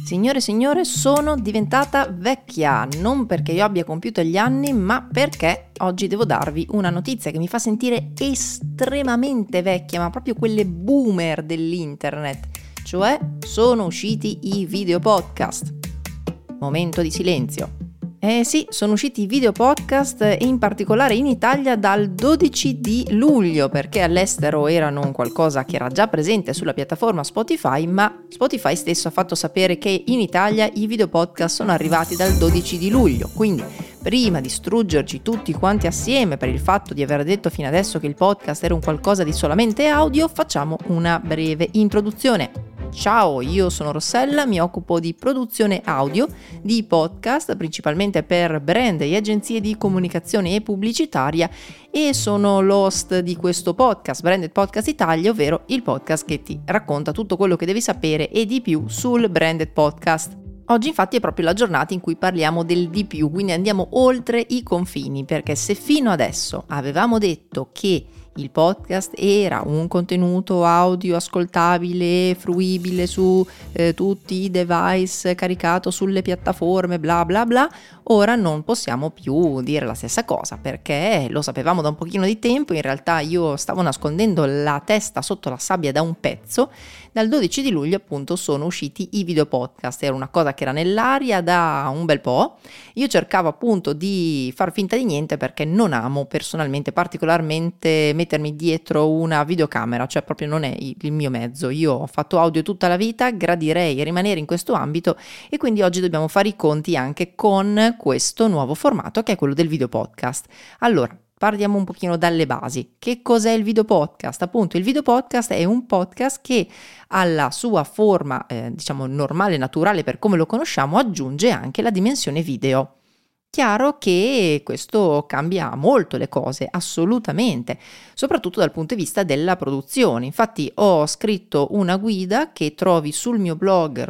Signore e signore, sono diventata vecchia, non perché io abbia compiuto gli anni, ma perché oggi devo darvi una notizia che mi fa sentire estremamente vecchia, ma proprio quelle boomer dell'internet, cioè sono usciti i video podcast. Momento di silenzio. Sì, sono usciti i video podcast e in particolare in Italia dal 12 di luglio, perché all'estero erano un qualcosa che era già presente sulla piattaforma Spotify, ma Spotify stesso ha fatto sapere che in Italia i video podcast sono arrivati dal 12 di luglio, quindi prima di struggerci tutti quanti assieme per il fatto di aver detto fino adesso che il podcast era un qualcosa di solamente audio, facciamo una breve introduzione. Ciao, io sono Rossella, mi occupo di produzione audio, di podcast, principalmente per brand e agenzie di comunicazione e pubblicitaria, e sono l'host di questo podcast, Branded Podcast Italia, ovvero il podcast che ti racconta tutto quello che devi sapere e di più sul branded podcast. Oggi infatti è proprio la giornata in cui parliamo del di più, quindi andiamo oltre i confini, perché se fino adesso avevamo detto che il podcast era un contenuto audio ascoltabile, fruibile su tutti i device, caricato sulle piattaforme, bla bla bla, ora non possiamo più dire la stessa cosa, perché lo sapevamo da un pochino di tempo. In realtà io stavo nascondendo la testa sotto la sabbia da un pezzo. Dal 12 di luglio appunto sono usciti i video podcast, era una cosa che era nell'aria da un bel po'. Io cercavo appunto di far finta di niente perché non amo personalmente particolarmente mettermi dietro una videocamera, cioè proprio non è il mio mezzo. Io ho fatto audio tutta la vita, gradirei rimanere in questo ambito e quindi oggi dobbiamo fare i conti anche con questo nuovo formato che è quello del video podcast. Allora, partiamo un pochino dalle basi. Che cos'è il video podcast? Appunto, il video podcast è un podcast che alla sua forma, diciamo normale, naturale per come lo conosciamo, aggiunge anche la dimensione video. Chiaro che questo cambia molto le cose, assolutamente, soprattutto dal punto di vista della produzione. Infatti ho scritto una guida che trovi sul mio blog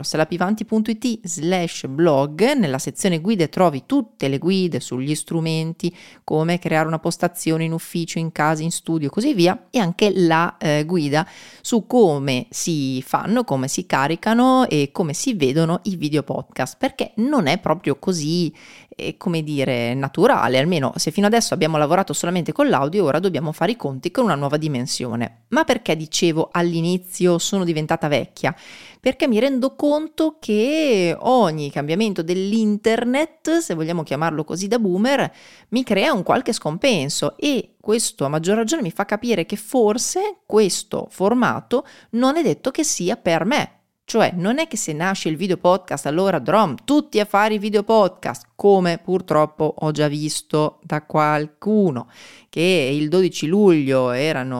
rosselapivanti.it/blog. Nella sezione guide trovi tutte le guide sugli strumenti, come creare una postazione in ufficio, in casa, in studio e così via, e anche la guida su come si fanno, come si caricano e come si vedono i video podcast, perché non è proprio così come dire, naturale, almeno se fino adesso abbiamo lavorato solamente con l'audio, ora dobbiamo fare i conti con una nuova dimensione. Ma perché dicevo all'inizio sono diventata vecchia? Perché mi rendo conto che ogni cambiamento dell'internet, se vogliamo chiamarlo così da boomer, mi crea un qualche scompenso e questo a maggior ragione mi fa capire che forse questo formato non è detto che sia per me. Cioè, non è che se nasce il video podcast allora tutti a fare i video podcast, come purtroppo ho già visto da qualcuno, che il 12 luglio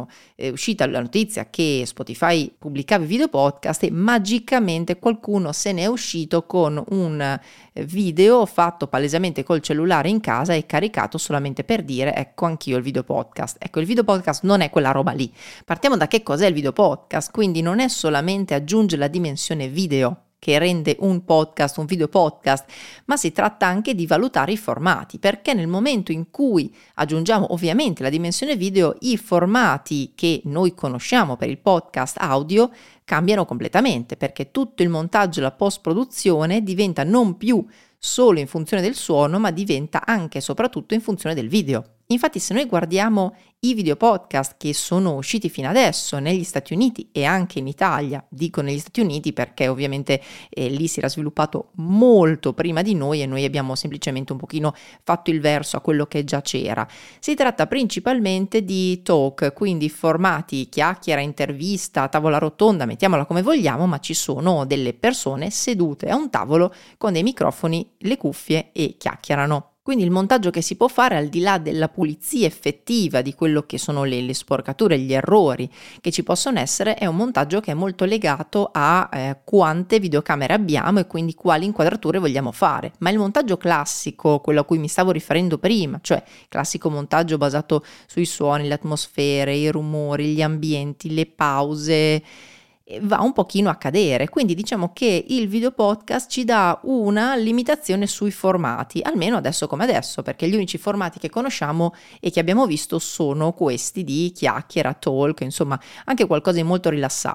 è uscita la notizia che Spotify pubblicava i video podcast e magicamente qualcuno se ne è uscito con un video fatto palesemente col cellulare in casa e caricato solamente per dire ecco anch'io il video podcast. Ecco, il video podcast non è quella roba lì. Partiamo da che cos'è il video podcast, quindi non è solamente aggiungere la dimensione video che rende un podcast un video podcast, ma si tratta anche di valutare i formati, perché nel momento in cui aggiungiamo ovviamente la dimensione video, i formati che noi conosciamo per il podcast audio cambiano completamente, perché tutto il montaggio e la post-produzione diventa non più solo in funzione del suono, ma diventa anche e soprattutto in funzione del video. Infatti, se noi guardiamo i video podcast che sono usciti fino adesso negli Stati Uniti e anche in Italia, dico negli Stati Uniti perché ovviamente lì si era sviluppato molto prima di noi e noi abbiamo semplicemente un pochino fatto il verso a quello che già c'era. Si tratta principalmente di talk, quindi formati chiacchiera, intervista, tavola rotonda, mettiamola come vogliamo, ma ci sono delle persone sedute a un tavolo con dei microfoni, le cuffie e chiacchierano. Quindi il montaggio che si può fare, al di là della pulizia effettiva di quello che sono le sporcature, gli errori che ci possono essere, è un montaggio che è molto legato a quante videocamere abbiamo e quindi quali inquadrature vogliamo fare. Ma il montaggio classico, quello a cui mi stavo riferendo prima, cioè il classico montaggio basato sui suoni, le atmosfere, i rumori, gli ambienti, le pause, va un pochino a cadere. Quindi diciamo che il video podcast ci dà una limitazione sui formati, almeno adesso come adesso, perché gli unici formati che conosciamo e che abbiamo visto sono questi di chiacchiera, talk, insomma anche qualcosa di molto rilassato.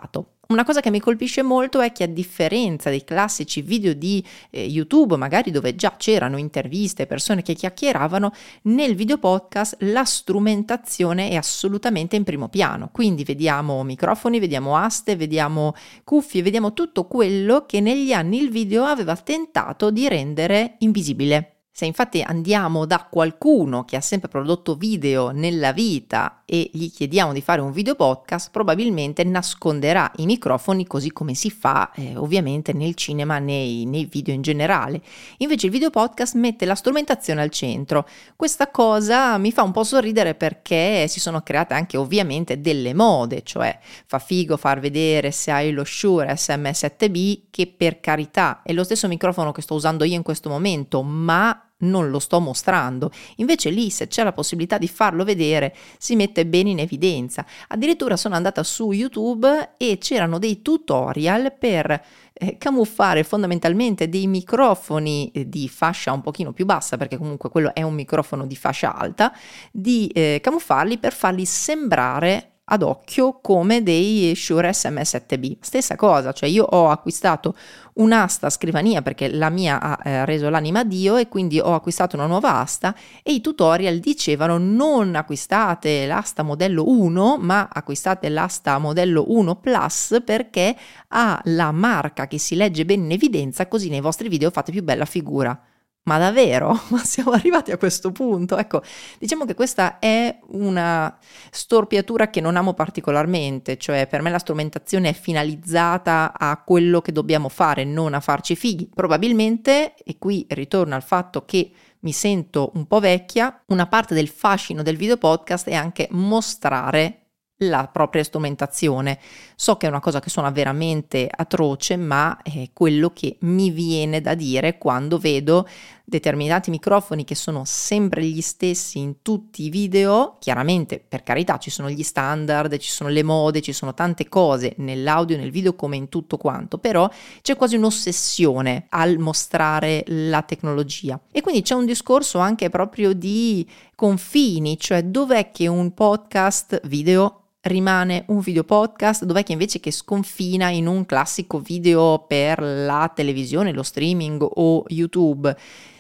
Una cosa che mi colpisce molto è che, a differenza dei classici video di YouTube, magari dove già c'erano interviste, persone che chiacchieravano, nel video podcast la strumentazione è assolutamente in primo piano. Quindi vediamo microfoni, vediamo aste, vediamo cuffie, vediamo tutto quello che negli anni il video aveva tentato di rendere invisibile. Se infatti andiamo da qualcuno che ha sempre prodotto video nella vita e gli chiediamo di fare un video podcast, probabilmente nasconderà i microfoni, così come si fa ovviamente nel cinema, nei video in generale. Invece il video podcast mette la strumentazione al centro. Questa cosa mi fa un po' sorridere, perché si sono create anche ovviamente delle mode, cioè fa figo far vedere se hai lo Shure SM7B, che per carità è lo stesso microfono che sto usando io in questo momento, ma non lo sto mostrando. Invece lì, se c'è la possibilità di farlo vedere, si mette bene in evidenza. Addirittura sono andata su YouTube e c'erano dei tutorial per camuffare fondamentalmente dei microfoni di fascia un pochino più bassa, perché comunque quello è un microfono di fascia alta, di camuffarli per farli sembrare ad occhio come dei Shure SM7B. Stessa cosa, cioè io ho acquistato un'asta scrivania perché la mia ha reso l'anima a Dio, e quindi ho acquistato una nuova asta, e i tutorial dicevano: non acquistate l'asta modello 1, ma acquistate l'asta modello 1 Plus, perché ha la marca che si legge bene in evidenza, così nei vostri video fate più bella figura. Ma davvero? Ma siamo arrivati a questo punto? Ecco, diciamo che questa è una storpiatura che non amo particolarmente, cioè per me la strumentazione è finalizzata a quello che dobbiamo fare, non a farci fighi. Probabilmente, e qui ritorno al fatto che mi sento un po' vecchia, una parte del fascino del video podcast è anche mostrare la propria strumentazione. So che è una cosa che suona veramente atroce, ma è quello che mi viene da dire quando vedo determinati microfoni che sono sempre gli stessi in tutti i video. Chiaramente, per carità, ci sono gli standard, ci sono le mode, ci sono tante cose nell'audio, nel video, come in tutto quanto, però c'è quasi un'ossessione al mostrare la tecnologia. E quindi c'è un discorso anche proprio di confini, cioè dov'è che un podcast video rimane un video podcast, dov'è che invece che sconfina in un classico video per la televisione, lo streaming o YouTube.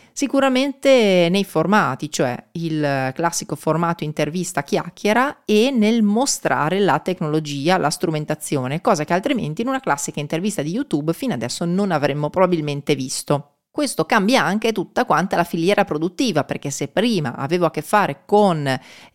Sicuramente nei formati, cioè il classico formato intervista chiacchiera, e nel mostrare la tecnologia, la strumentazione, cosa che altrimenti in una classica intervista di YouTube fino adesso non avremmo probabilmente visto. Questo cambia anche tutta quanta la filiera produttiva, perché se prima avevo a che fare con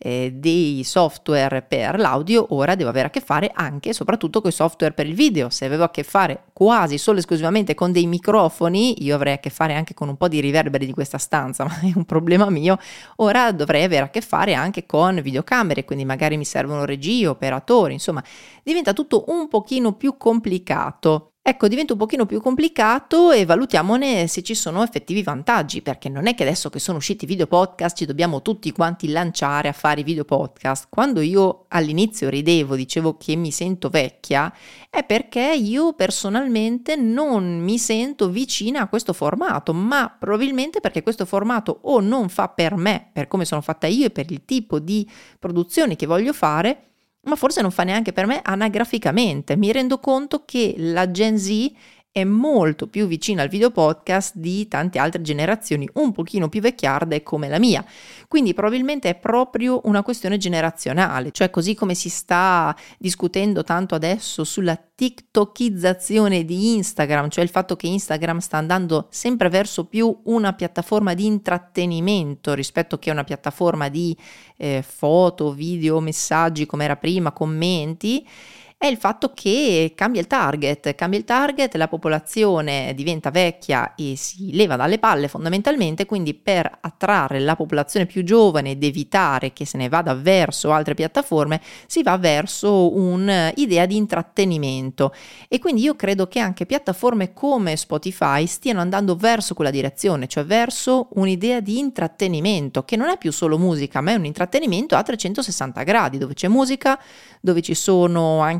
dei software per l'audio, ora devo avere a che fare anche e soprattutto con i software per il video. Se avevo a che fare quasi solo esclusivamente con dei microfoni, io avrei a che fare anche con un po' di riverberi di questa stanza, ma è un problema mio. Ora dovrei avere a che fare anche con videocamere, quindi magari mi servono regie, operatori, insomma diventa tutto un pochino più complicato. Ecco, diventa un pochino più complicato, e valutiamone se ci sono effettivi vantaggi, perché non è che adesso che sono usciti i video podcast ci dobbiamo tutti quanti lanciare a fare i video podcast. Quando io all'inizio ridevo, dicevo che mi sento vecchia, è perché io personalmente non mi sento vicina a questo formato, ma probabilmente perché questo formato o non fa per me, per come sono fatta io e per il tipo di produzioni che voglio fare, ma forse non fa neanche per me anagraficamente. Mi rendo conto che la Gen Z è molto più vicina al video podcast di tante altre generazioni un pochino più vecchiarde come la mia. Quindi probabilmente è proprio una questione generazionale, cioè così come si sta discutendo tanto adesso sulla tiktokizzazione di Instagram, cioè il fatto che Instagram sta andando sempre verso più una piattaforma di intrattenimento rispetto che una piattaforma di foto, video, messaggi come era prima, commenti. È il fatto che cambia il target, la popolazione diventa vecchia e si leva dalle palle fondamentalmente, quindi per attrarre la popolazione più giovane ed evitare che se ne vada verso altre piattaforme, si va verso un'idea di intrattenimento, e quindi io credo che anche piattaforme come Spotify stiano andando verso quella direzione, cioè verso un'idea di intrattenimento, che non è più solo musica, ma è un intrattenimento a 360 gradi, dove c'è musica, dove ci sono anche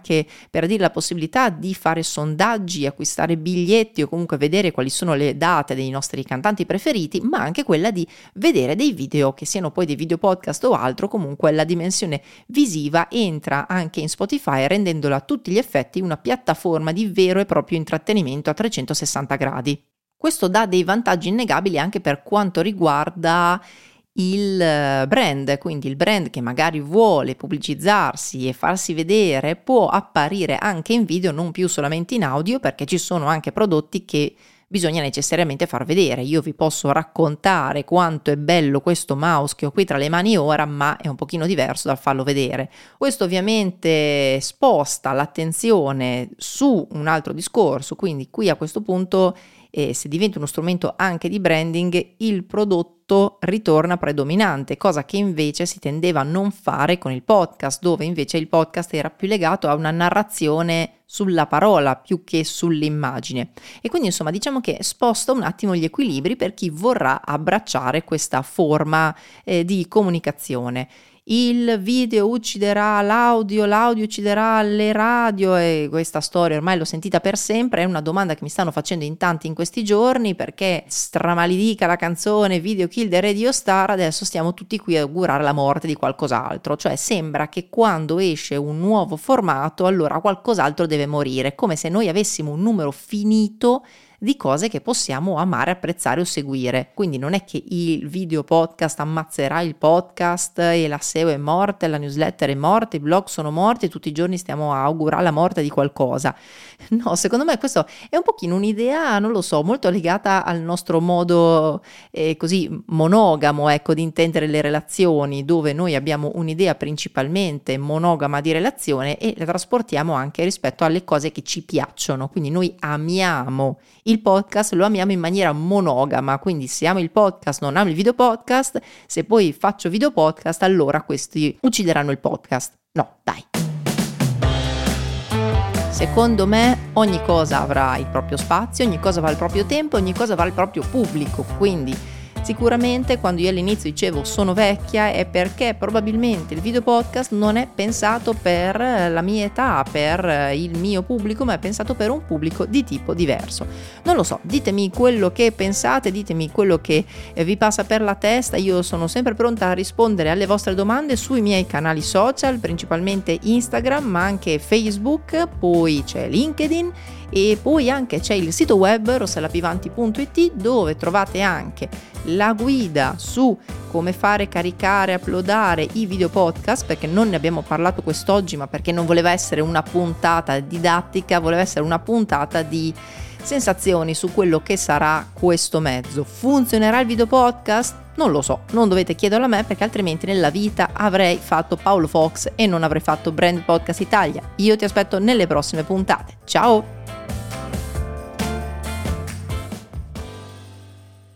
anche per dire la possibilità di fare sondaggi, acquistare biglietti o comunque vedere quali sono le date dei nostri cantanti preferiti, ma anche quella di vedere dei video, che siano poi dei video podcast o altro. Comunque la dimensione visiva entra anche in Spotify, rendendola a tutti gli effetti una piattaforma di vero e proprio intrattenimento a 360 gradi. Questo dà dei vantaggi innegabili anche per quanto riguarda il brand, quindi il brand che magari vuole pubblicizzarsi e farsi vedere può apparire anche in video, non più solamente in audio, perché ci sono anche prodotti che bisogna necessariamente far vedere. Io vi posso raccontare quanto è bello questo mouse che ho qui tra le mani ora, ma è un pochino diverso dal farlo vedere. Questo ovviamente sposta l'attenzione su un altro discorso, quindi qui a questo punto se diventa uno strumento anche di branding, il prodotto ritorna predominante, cosa che invece si tendeva a non fare con il podcast, dove invece il podcast era più legato a una narrazione sulla parola più che sull'immagine. E quindi insomma diciamo che sposta un attimo gli equilibri per chi vorrà abbracciare questa forma di comunicazione. Il video ucciderà l'audio, l'audio ucciderà le radio, e questa storia ormai l'ho sentita per sempre. È una domanda che mi stanno facendo in tanti in questi giorni, perché stramaledica la canzone Video Kill the Radio Star, adesso stiamo tutti qui a augurare la morte di qualcos'altro. Cioè sembra che quando esce un nuovo formato allora qualcos'altro deve morire, come se noi avessimo un numero finito di cose che possiamo amare, apprezzare o seguire. Quindi non è che il video podcast ammazzerà il podcast e la SEO è morta, la newsletter è morta, i blog sono morti e tutti i giorni stiamo a augurare la morte di qualcosa. No, secondo me questo è un pochino un'idea, non lo so, molto legata al nostro modo così monogamo, ecco, di intendere le relazioni, dove noi abbiamo un'idea principalmente monogama di relazione e la trasportiamo anche rispetto alle cose che ci piacciono. Quindi noi amiamo il podcast, lo amiamo in maniera monogama, quindi se amo il podcast non amo il video podcast, se poi faccio video podcast allora questi uccideranno il podcast. No, dai. Secondo me ogni cosa avrà il proprio spazio, ogni cosa avrà il proprio tempo, ogni cosa avrà il proprio pubblico, quindi sicuramente quando io all'inizio dicevo sono vecchia è perché probabilmente il video podcast non è pensato per la mia età, per il mio pubblico, ma è pensato per un pubblico di tipo diverso. Non lo so, ditemi quello che pensate, ditemi quello che vi passa per la testa. Io sono sempre pronta a rispondere alle vostre domande sui miei canali social, principalmente Instagram, ma anche Facebook, poi c'è LinkedIn e poi anche c'è il sito web rossellapivanti.it, dove trovate anche la guida su come fare, caricare, uploadare i video podcast, perché non ne abbiamo parlato quest'oggi, ma perché non voleva essere una puntata didattica, voleva essere una puntata di sensazioni su quello che sarà questo mezzo. Funzionerà il video podcast? Non lo so, non dovete chiederlo a me, perché altrimenti nella vita avrei fatto Paolo Fox e non avrei fatto Brand Podcast Italia. Io ti aspetto nelle prossime puntate. Ciao!